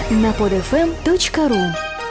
на podfm.ru.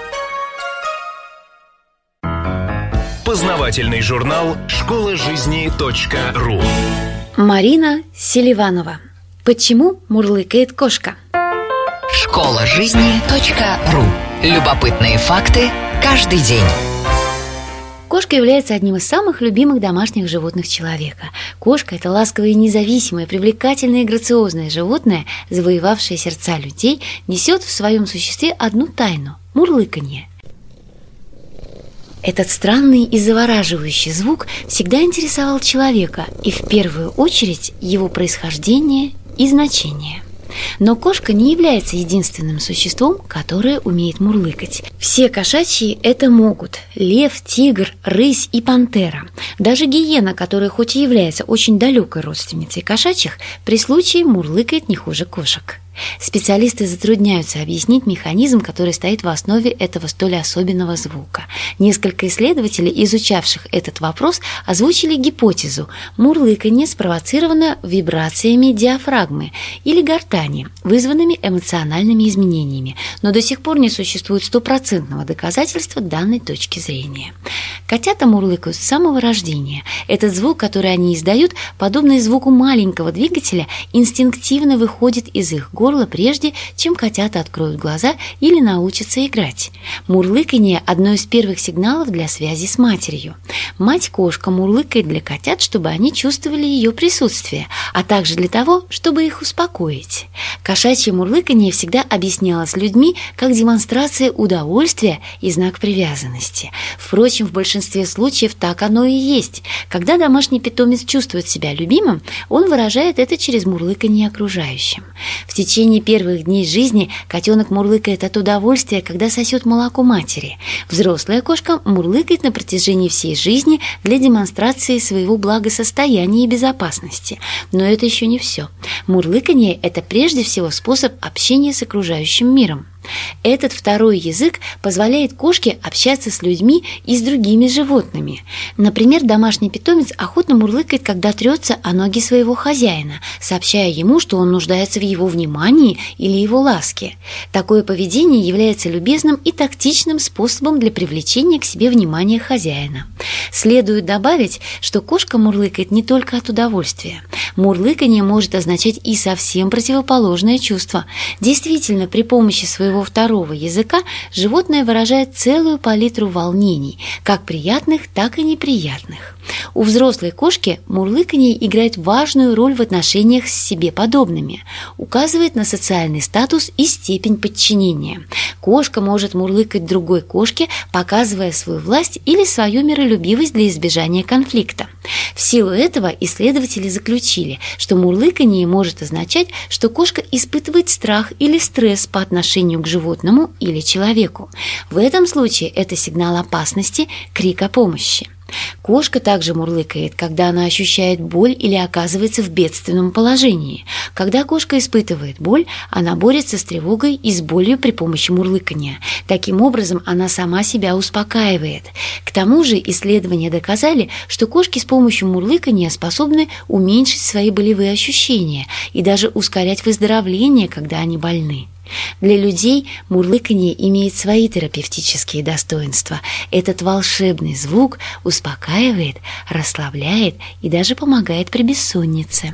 Познавательный журнал школажизни.ру. Марина Селиванова. Почему мурлыкает кошка? Школажизни.ру. Любопытные факты каждый день. Кошка является одним из самых любимых домашних животных человека. Кошка – это ласковое и независимое, привлекательное и грациозное животное, завоевавшее сердца людей, несет в своем существе одну тайну – мурлыканье. Этот странный и завораживающий звук всегда интересовал человека, и в первую очередь его происхождение и значение. Но кошка не является единственным существом, которое умеет мурлыкать. Все кошачьи это могут: лев, тигр, рысь и пантера. Даже гиена, которая хоть и является очень далекой родственницей кошачьих, при случае мурлыкает не хуже кошек. Специалисты затрудняются объяснить механизм, который стоит в основе этого столь особенного звука. Несколько исследователей, изучавших этот вопрос, озвучили гипотезу: мурлыканье спровоцировано вибрациями диафрагмы или гортани, вызванными эмоциональными изменениями, но до сих пор не существует стопроцентного доказательства данной точки зрения. Котята мурлыкают с самого рождения. Этот звук, который они издают, подобный звуку маленького двигателя, инстинктивно выходит из их горла прежде, чем котята откроют глаза или научатся играть. Мурлыканье – одно из первых сигналов для связи с матерью. Мать-кошка мурлыкает для котят, чтобы они чувствовали ее присутствие, а также для того, чтобы их успокоить. Кошачье мурлыканье всегда объяснялось людьми как демонстрация удовольствия и знак привязанности. Впрочем, в большинстве случаев так оно и есть. Когда домашний питомец чувствует себя любимым, он выражает это через мурлыканье окружающим. В течение первых дней жизни котенок мурлыкает от удовольствия, когда сосет молоко матери. Взрослая кошка мурлыкает на протяжении всей жизни для демонстрации своего благосостояния и безопасности. Но это еще не все. Мурлыканье – это прежде всего способ общения с окружающим миром. Этот второй язык позволяет кошке общаться с людьми и с другими животными. Например, домашний питомец охотно мурлыкает, когда трется о ноги своего хозяина, сообщая ему, что он нуждается в его внимании или его ласке. Такое поведение является любезным и тактичным способом для привлечения к себе внимания хозяина. Следует добавить, что кошка мурлыкает не только от удовольствия. Мурлыканье может означать и совсем противоположное чувство. Действительно, при помощи своего второго языка животное выражает целую палитру волнений, как приятных, так и неприятных. У взрослой кошки мурлыканье играет важную роль в отношениях с себе подобными, указывает на социальный статус и степень подчинения. Кошка может мурлыкать другой кошке, показывая свою власть или свою миролюбивость для избежания конфликта. В силу этого исследователи заключили, что мурлыканье может означать, что кошка испытывает страх или стресс по отношению к животному или человеку. В этом случае это сигнал опасности, крик о помощи. Кошка также мурлыкает, когда она ощущает боль или оказывается в бедственном положении. Когда кошка испытывает боль, она борется с тревогой и с болью при помощи мурлыканья. Таким образом, она сама себя успокаивает. К тому же исследования доказали, что кошки с помощью мурлыканья способны уменьшить свои болевые ощущения и даже ускорять выздоровление, когда они больны. Для людей мурлыканье имеет свои терапевтические достоинства. Этот волшебный звук успокаивает, расслабляет и даже помогает при бессоннице.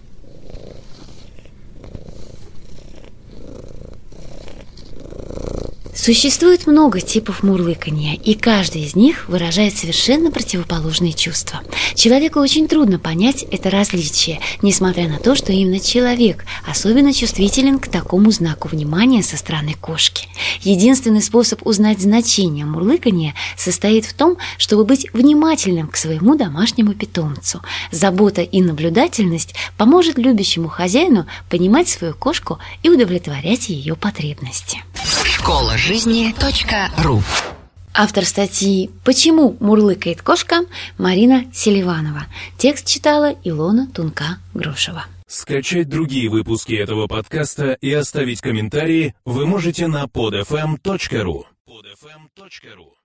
Существует много типов мурлыканья, и каждый из них выражает совершенно противоположные чувства. Человеку очень трудно понять это различие, несмотря на то, что именно человек особенно чувствителен к такому знаку внимания со стороны кошки. Единственный способ узнать значение мурлыканья состоит в том, чтобы быть внимательным к своему домашнему питомцу. Забота и наблюдательность поможет любящему хозяину понимать свою кошку и удовлетворять ее потребности. Школажизни.ру. Автор статьи «Почему мурлыкает кошка» Марина Селиванова. Текст читала Илона Тунка-Грошева. Скачать другие выпуски этого подкаста и оставить комментарии вы можете на podfm.ru.